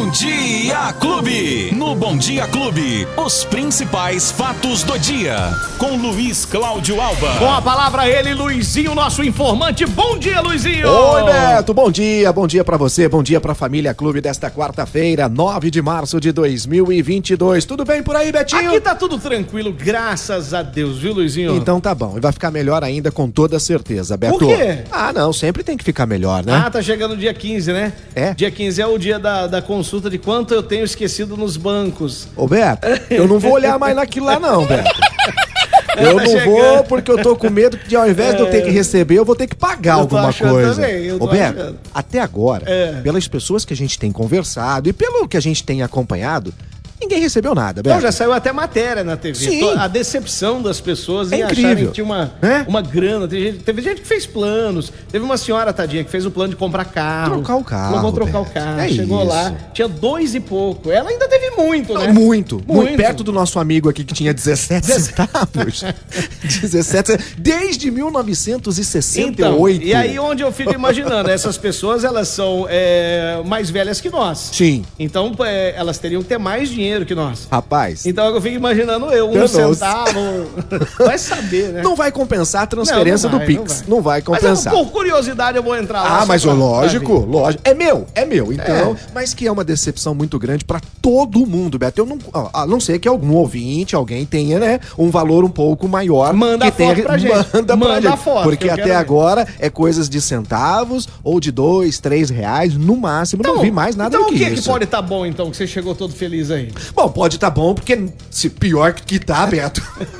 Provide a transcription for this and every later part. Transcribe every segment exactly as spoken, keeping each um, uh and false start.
Bom Dia Clube. No Bom Dia Clube, os principais fatos do dia. Com Luiz Cláudio Alba. Com a palavra ele, Luizinho, nosso informante. Bom dia, Luizinho. Oi, Beto. Bom dia. Bom dia pra você. Bom dia pra Família Clube desta quarta-feira, nove de março de dois mil e vinte e dois. Tudo bem por aí, Betinho? Aqui tá tudo tranquilo, graças a Deus, viu, Luizinho? Então tá bom. E vai ficar melhor ainda com toda certeza, Beto. Por quê? Ah, não. Sempre tem que ficar melhor, né? Ah, tá chegando o dia quinze, né? É. Dia quinze é o dia da, da consulta de quanto eu tenho esquecido nos bancos. Ô, Beto, eu não vou olhar mais naquilo lá não, Beto. Eu Tá não chegando. vou porque eu tô com medo de ao invés de eu ter que receber, eu vou ter que pagar Eu tô alguma achando coisa. também, eu tô Ô, Beto, achando. até agora, É. pelas pessoas que a gente tem conversado e pelo que a gente tem acompanhado, ninguém recebeu nada, Beto. Então já saiu até matéria na T V. Sim. A decepção das pessoas É em incrível. acharem que tinha uma, É? uma grana. Teve gente, teve gente que fez planos. Teve uma senhora, tadinha, que fez o plano de comprar carro. Trocar o carro, Falou, vou trocar o Beto. carro. É Chegou isso. lá, tinha dois e pouco. Ela ainda teve muito, né? Muito, muito, Muito. perto do nosso amigo aqui que tinha dezessete centavos. dezessete, desde mil novecentos e sessenta e oito. Então, e aí onde eu fico imaginando, essas pessoas, elas são é, mais velhas que nós. Sim. Então, é, elas teriam que ter mais dinheiro que nós. Rapaz, Então eu fico imaginando eu, um Danou-se. centavo. Vai saber, né? não vai compensar a transferência Não, não vai, do Pix. Não vai, compensar. Mas eu, por curiosidade eu vou entrar lá. Ah, só mas pra- lógico, pra ver. lógico. É meu, é meu. Então, É. mas que é uma decepção muito grande pra todo mundo, Beto. Eu não, ó, a não ser que algum ouvinte, alguém tenha, né, um valor um pouco maior. Manda que a foto pra gente. Manda pra Manda gente. a foto, Porque que eu até quero ver. agora é coisas de centavos ou de dois, três reais no máximo. não vi mais nada então do que, o que, isso. que pode estar bom, então, que você chegou todo feliz aí? Bom, pode tá bom, porque se pior que tá, Beto.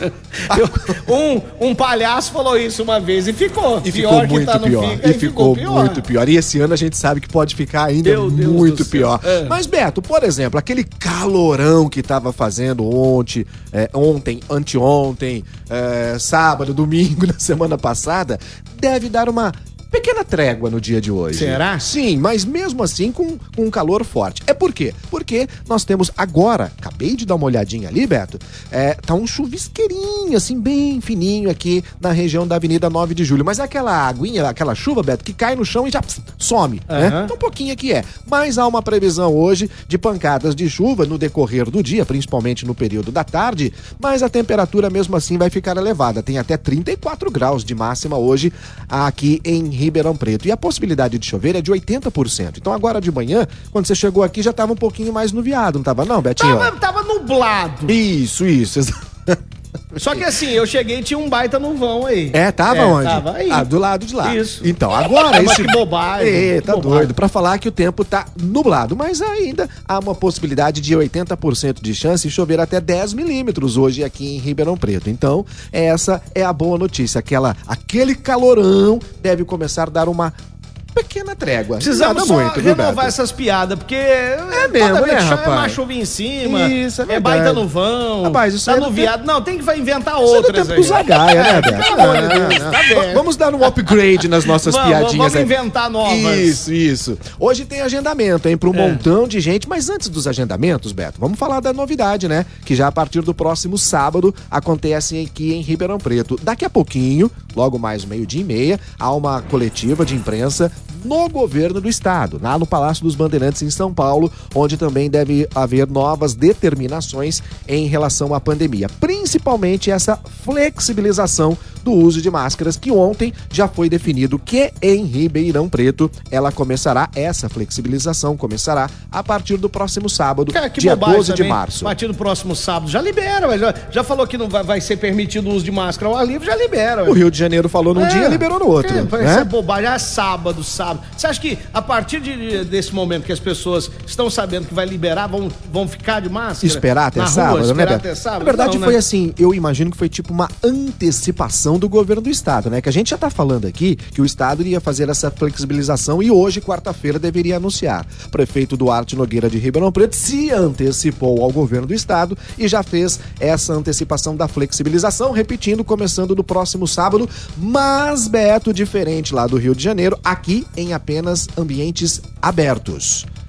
Eu- um, um palhaço falou isso uma vez e ficou. E pior ficou que muito tá, não pior. fica, e ficou muito pior. E esse ano a gente sabe que pode ficar ainda Meu Deus muito do céu. pior. É. Mas, Beto, por exemplo, aquele calorão que tava fazendo ontem, é, ontem, anteontem, é, sábado, domingo, na semana passada, deve dar uma pequena trégua no dia de hoje. Será? Sim, mas mesmo assim com, com um calor forte. É por quê? Porque nós temos agora, acabei de dar uma olhadinha ali, Beto, é, tá um chuvisqueirinho, assim, bem fininho aqui na região da Avenida nove de julho. Mas é aquela aguinha, aquela chuva, Beto, que cai no chão e já pss, some, né? Aham. Então, um pouquinho aqui é. Mas há uma previsão hoje de pancadas de chuva no decorrer do dia, principalmente no período da tarde, mas a temperatura mesmo assim vai ficar elevada. Tem até trinta e quatro graus de máxima hoje aqui em Ribeirão Preto. E a possibilidade de chover é de oitenta por cento. Então agora de manhã, quando você chegou aqui, já estava um pouquinho mais nuviado, não tava não, Betinho? Tava, tava nublado. Isso, isso. exa- Só que assim, eu cheguei e tinha um baita nuvão aí. É, tava É, onde? Tava aí. Ah, do lado de lá. Isso. Então, agora... Ah, mas esse... que bobagem, É, que tá bobagem. doido. Pra falar que o tempo tá nublado, mas ainda há uma possibilidade de oitenta por cento de chance de chover até dez milímetros hoje aqui em Ribeirão Preto. Então, essa é a boa notícia. Aquela, aquele calorão deve começar a dar uma pequena trégua. Precisamos Nada só muito, viu, renovar Beto? essas piadas, porque é mesmo, né, é rapaz? uma chuva em cima, Isso, é é verdade. baita no vão, Rapaz, isso tá aí não nuviado. Não, tem que vai inventar Isso é do outras tempo do Zagaia, né, Beto? Pelo amor de Não, Deus, não. tá velho. Vamos dar um upgrade nas nossas Vamos, piadinhas. vamos aí. inventar novas. Isso, isso. Hoje tem agendamento, hein, para um É. montão de gente. Mas antes dos agendamentos, Beto, vamos falar da novidade, né? Que já a partir do próximo sábado acontece aqui em Ribeirão Preto. Daqui a pouquinho, logo mais meio-dia e meia, há uma coletiva de imprensa no governo do estado, lá no Palácio dos Bandeirantes em São Paulo, onde também deve haver novas determinações em relação à pandemia, principalmente essa flexibilização do uso de máscaras, que ontem já foi definido que em Ribeirão Preto ela começará, essa flexibilização começará a partir do próximo sábado, Cara, que dia bobagem doze de também. março. A partir do próximo sábado já libera, mas já, já falou que não vai, vai ser permitido o uso de máscara ao ar livre, já libera. O Rio de Janeiro falou num É, dia, liberou no outro. É, vai né? ser bobagem, é sábado, sábado. Você acha que a partir de, desse momento que as pessoas estão sabendo que vai liberar, vão, vão ficar de máscara? Esperar até na sábado, rua, né, esperar Beto? até sábado? Na verdade, Não, foi né? assim, eu imagino que foi tipo uma antecipação do governo do estado, né? Que a gente já tá falando aqui que o estado iria fazer essa flexibilização e hoje, quarta-feira, deveria anunciar. O prefeito Duarte Nogueira de Ribeirão Preto se antecipou ao governo do estado e já fez essa antecipação da flexibilização, repetindo, começando no próximo sábado, mas, Beto, diferente lá do Rio de Janeiro, aqui em apenas ambientes abertos.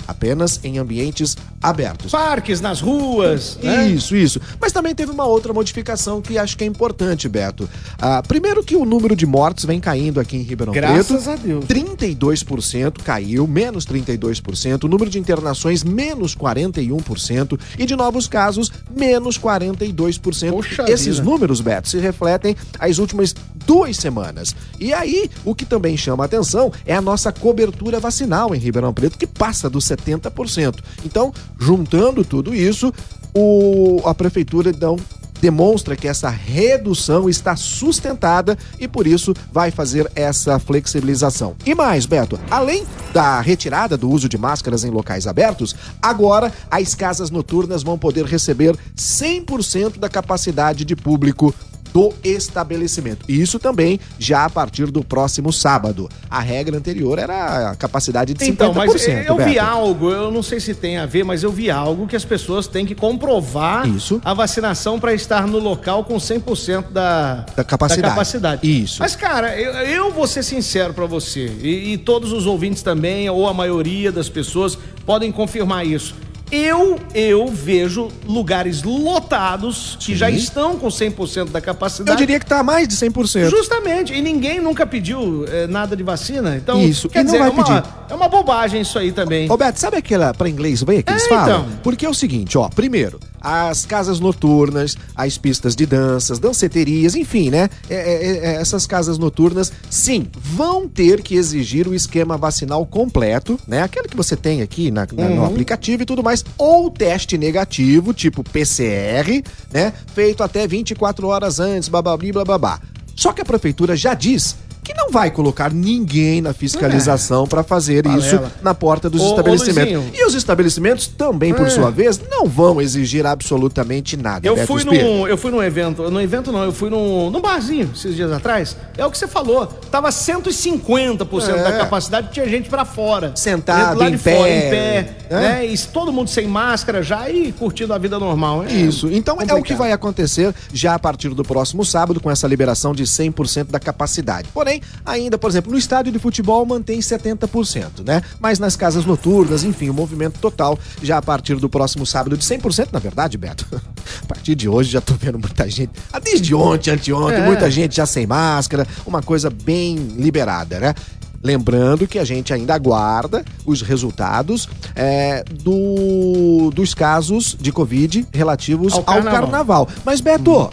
apenas em ambientes abertos. Parques, nas ruas. Né? Isso, isso. Mas também teve uma outra modificação que acho que é importante, Beto. Ah, primeiro que o número de mortes vem caindo aqui em Ribeirão Graças Preto. a Deus. trinta e dois por cento caiu, menos trinta e dois por cento. O número de internações, menos quarenta e um por cento. E de novos casos, menos quarenta e dois por cento. Poxa Esses vida. números, Beto, se refletem as últimas duas semanas. E aí, o que também chama a atenção é a nossa cobertura vacinal em Ribeirão Preto, que passa dos setenta por cento. Então, juntando tudo isso, o, a prefeitura, então, demonstra que essa redução está sustentada e por isso vai fazer essa flexibilização. E mais, Beto, além da retirada do uso de máscaras em locais abertos, agora as casas noturnas vão poder receber cem por cento da capacidade de público do estabelecimento. E isso também já a partir do próximo sábado. A regra anterior era a capacidade de cinquenta por cento. Então, mas eu vi Beto. algo, eu não sei se tem a ver, mas eu vi algo que as pessoas têm que comprovar Isso. a vacinação para estar no local com cem por cento da, Da capacidade. da capacidade. Isso. Mas, cara, eu, eu vou ser sincero para você, e, e todos os ouvintes também, ou a maioria das pessoas, podem confirmar isso. Eu, eu vejo lugares lotados que Sim. já estão com cem por cento da capacidade. Eu diria que está mais de cem por cento. Justamente, e ninguém nunca pediu eh, nada de vacina, então Isso, quer e não dizer, vai é, uma, pedir. é uma bobagem isso aí também. Roberto, sabe aquela pra inglês bem que eles É, falam? então. Porque é o seguinte, ó, primeiro, as casas noturnas, as pistas de danças, danceterias, enfim, né? É, é, é, essas casas noturnas, sim, vão ter que exigir o esquema vacinal completo, né? Aquele que você tem aqui na, na- no Uhum. aplicativo e tudo mais, ou teste negativo, tipo P C R, né? Feito até vinte e quatro horas antes, bababli, blababá. Só que a prefeitura já diz que não vai colocar ninguém na fiscalização para fazer Balela. isso na porta dos Ô, ô, estabelecimentos. Luizinho. E os estabelecimentos também, por É. sua vez, não vão exigir absolutamente nada. Eu Beto fui, Espírito. num, eu fui num evento, num evento não, eu fui num, num barzinho esses dias atrás. É o que você falou, tava cento e cinquenta por cento É. da capacidade, tinha gente pra fora. Sentado, Dentro lá em de pé, fora, em pé, né? né? E todo mundo sem máscara já e curtindo a vida normal. É Isso, então é o que complicado. vai acontecer já a partir do próximo sábado com essa liberação de cem por cento da capacidade. Porém, ainda, por exemplo, no estádio de futebol mantém setenta por cento, né? Mas nas casas noturnas, enfim, o movimento total já a partir do próximo sábado de cem por cento, na verdade, Beto. A partir de hoje já tô vendo muita gente, ah, desde ontem, anteontem, É. muita gente já sem máscara, uma coisa bem liberada, né? Lembrando que a gente ainda aguarda os resultados é, do, dos casos de Covid relativos Ao ao carnaval. carnaval. Mas, Beto,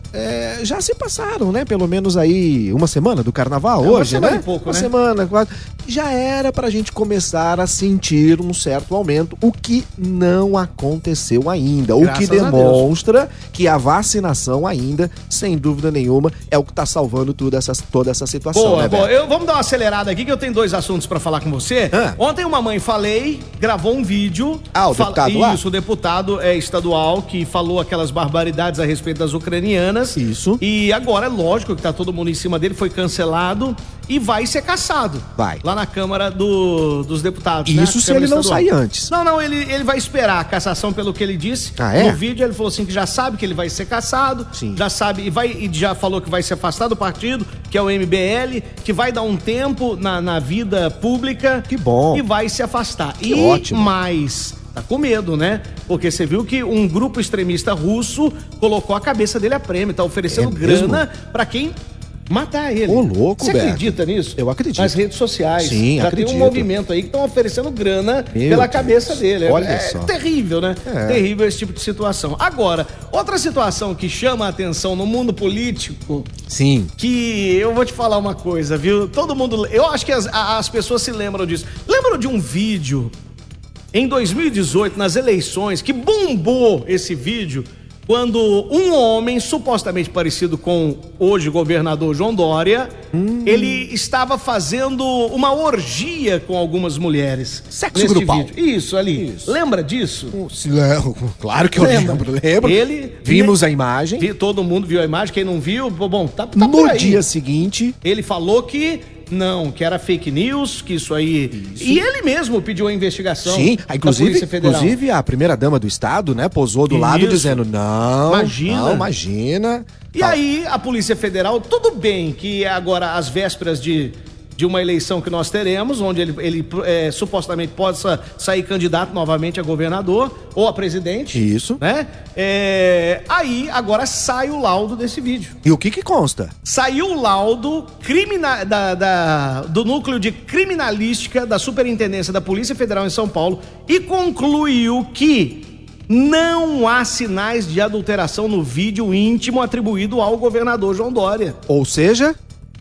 é, já se passaram, né? Pelo menos aí uma semana do carnaval É, uma hoje, semana né? e pouco, uma né? semana, quase. Já era pra gente começar a sentir um certo aumento, o que não aconteceu ainda. O Graças que a Deus. demonstra que a vacinação ainda, sem dúvida nenhuma, é o que tá salvando tudo essa, toda essa situação, Boa, né, boa. Beto? Eu, vamos dar uma acelerada aqui que eu tenho dois assuntos pra falar com você. Ah. Ontem uma mãe falei, gravou um vídeo. Ah, o deputado lá? Isso, o deputado é, estadual que falou aquelas barbaridades a respeito das ucranianas. Isso. E agora é lógico que tá todo mundo em cima dele, foi cancelado e vai ser cassado. Vai. Lá na Câmara do- dos Deputados. né? Isso se Câmara ele não Estadual. sair antes. Não, não, ele, ele vai esperar a cassação pelo que ele disse. Ah, é? No vídeo ele falou assim que já sabe que ele vai ser cassado, Sim. já sabe e, vai, e já falou que vai se afastar do partido, que é o M B L, que vai dar um tempo na, na vida pública. Que bom. E vai se afastar. Que e ótimo. mais, tá com medo, né? Porque você viu que um grupo extremista russo colocou a cabeça dele a prêmio, tá oferecendo É mesmo? grana pra quem matar ele. Ô, louco, Você Beto. acredita nisso? Eu acredito. Nas redes sociais. Sim, Já acredito. tem um movimento aí que estão oferecendo grana Meu pela Deus. cabeça dele. É- Olha é só. terrível, né? É. Terrível esse tipo de situação. Agora, outra situação que chama a atenção no mundo político, Sim. que eu vou te falar uma coisa, viu? Todo mundo, eu acho que as, a- as pessoas se lembram disso. Lembram de um vídeo em dois mil e dezoito, nas eleições, que bombou esse vídeo, quando um homem supostamente parecido com hoje governador João Dória, Hum. ele estava fazendo uma orgia com algumas mulheres. Sexo neste grupal. vídeo. Isso ali. Isso. Lembra disso? Claro que eu Lembra? lembro, lembro. Ele Vimos a imagem. Vi- todo mundo viu a imagem, quem não viu, bom, tá, tá No por aí. dia seguinte, Ele falou que não, que era fake news, que isso aí... E ele mesmo pediu a investigação sim, da inclusive, Polícia Federal. inclusive a primeira-dama do estado, né, posou do lado Isso. dizendo, não, Imagina. não, imagina. E aí a Polícia Federal, tudo bem que agora às vésperas de de uma eleição que nós teremos, onde ele, ele é, supostamente possa sair candidato novamente a governador ou a presidente. Isso. Né? É, aí, agora sai o laudo desse vídeo. E o que que consta? Saiu o laudo crimina, da, da, do núcleo de criminalística da Superintendência da Polícia Federal em São Paulo e concluiu que não há sinais de adulteração no vídeo íntimo atribuído ao governador João Dória. Ou seja,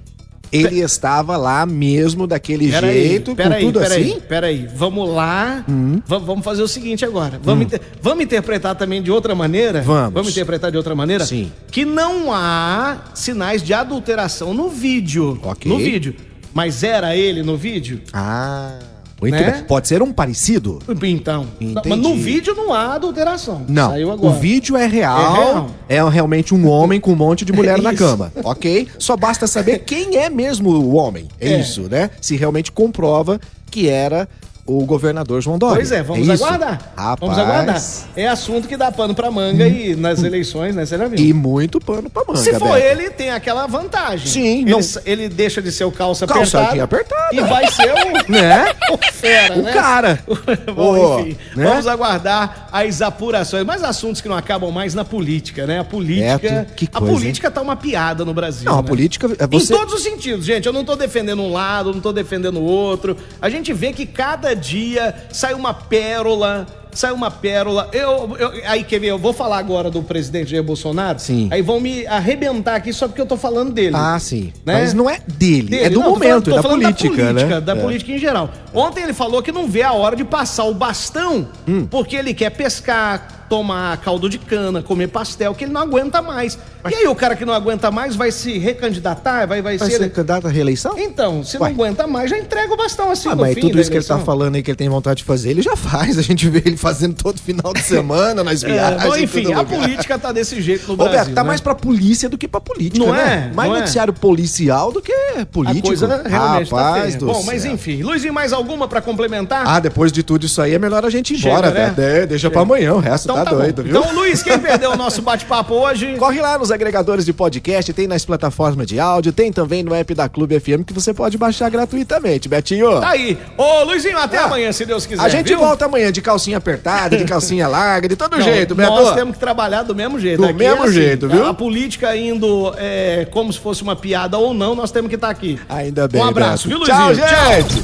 ele estava lá mesmo daquele pera jeito, aí, pera com aí, tudo pera assim? Aí, peraí, vamos lá, Hum. v- vamos fazer o seguinte agora, vamos, Hum. inter- vamos interpretar também de outra maneira? Vamos. Vamos interpretar de outra maneira? Sim. Que não há sinais de adulteração no vídeo. Ok. No vídeo. Mas era ele no vídeo? Ah, muito Né? bem. Pode ser um parecido? Então. Entendi. Mas no vídeo não há adulteração. Não, Saiu agora. o vídeo é real, É real. é realmente um homem com um monte de mulher É na isso. cama, ok? Só basta saber quem é mesmo o homem, é, É. isso, né? Se realmente comprova que era o governador João Dória. Pois é, vamos isso? aguardar. Rapaz. Vamos aguardar. É assunto que dá pano pra manga e nas eleições, né? Você já viu? E muito pano pra manga, Se for Beto. ele, tem aquela vantagem. Sim, ele, não- ele deixa de ser o calça, Calçadinha apertada, apertada. e vai ser o, Né? o fera, O né? cara. Bom, Ô, enfim, né? vamos aguardar as apurações. Mais assuntos que não acabam mais na política, né? A política, Beto, que a coisa, política tá uma piada no Brasil. Não, a né? política é você... Em todos os sentidos, gente. Eu não tô defendendo um lado, não tô defendendo o outro. A gente vê que cada dia sai uma pérola, sai uma pérola. Eu, eu, aí, quer ver? Eu vou falar agora do presidente Jair Bolsonaro. Sim. Aí vão me arrebentar aqui só porque eu tô falando dele. Ah, sim. Né? Mas não é dele, Dele. é do Não, tô momento, falando- tô é da falando política, da política, né? Da É. política em geral. Ontem ele falou que não vê a hora de passar o bastão, Hum. porque ele quer pescar, tomar caldo de cana, comer pastel, que ele não aguenta mais. E aí o cara que não aguenta mais vai se recandidatar, vai, vai, Vai ser... ser candidato à reeleição? Então, se Ué. não aguenta mais, já entrega o bastão assim Ah, no mas fim tudo da isso que ele tá eleição. falando aí que ele tem vontade de fazer, ele já faz. A gente vê ele fazendo todo final de semana, nas É, viagens. bom, em enfim, todo a lugar. política tá desse jeito no Ô, Brasil, Beto, tá né? mais pra polícia do que pra política, Não né? é? Mais Não é? noticiário policial do que político. A coisa realmente Rapaz tá feia. do Bom, mas céu. enfim. Luizinho, mais alguma pra complementar? Ah, depois de tudo isso aí, é melhor a gente ir Chega, embora, né? Beto. É, deixa pra amanhã, o resto tá, bom. doido, viu? Então, Luiz, quem perdeu o nosso bate-papo hoje... Corre lá nos agregadores de podcast, tem nas plataformas de áudio, tem também no app da Clube F M que você pode baixar gratuitamente, Betinho. Tá aí. Ô, Luizinho, até Ah, amanhã, se Deus quiser. A gente viu? volta amanhã de calcinha apertada, de calcinha larga, de todo Não, jeito, Beto. Nós temos que trabalhar do mesmo jeito. Do Aqui mesmo é assim, jeito, viu? A política indo é, como se fosse uma piada ou não, nós temos que estar aqui. Ainda bem, Um abraço, Beto. viu, Luizinho? Tchau, gente!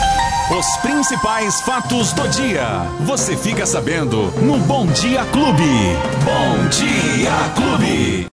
Os principais fatos do dia. Você fica sabendo no Bom Dia Clube. Bom Dia Clube.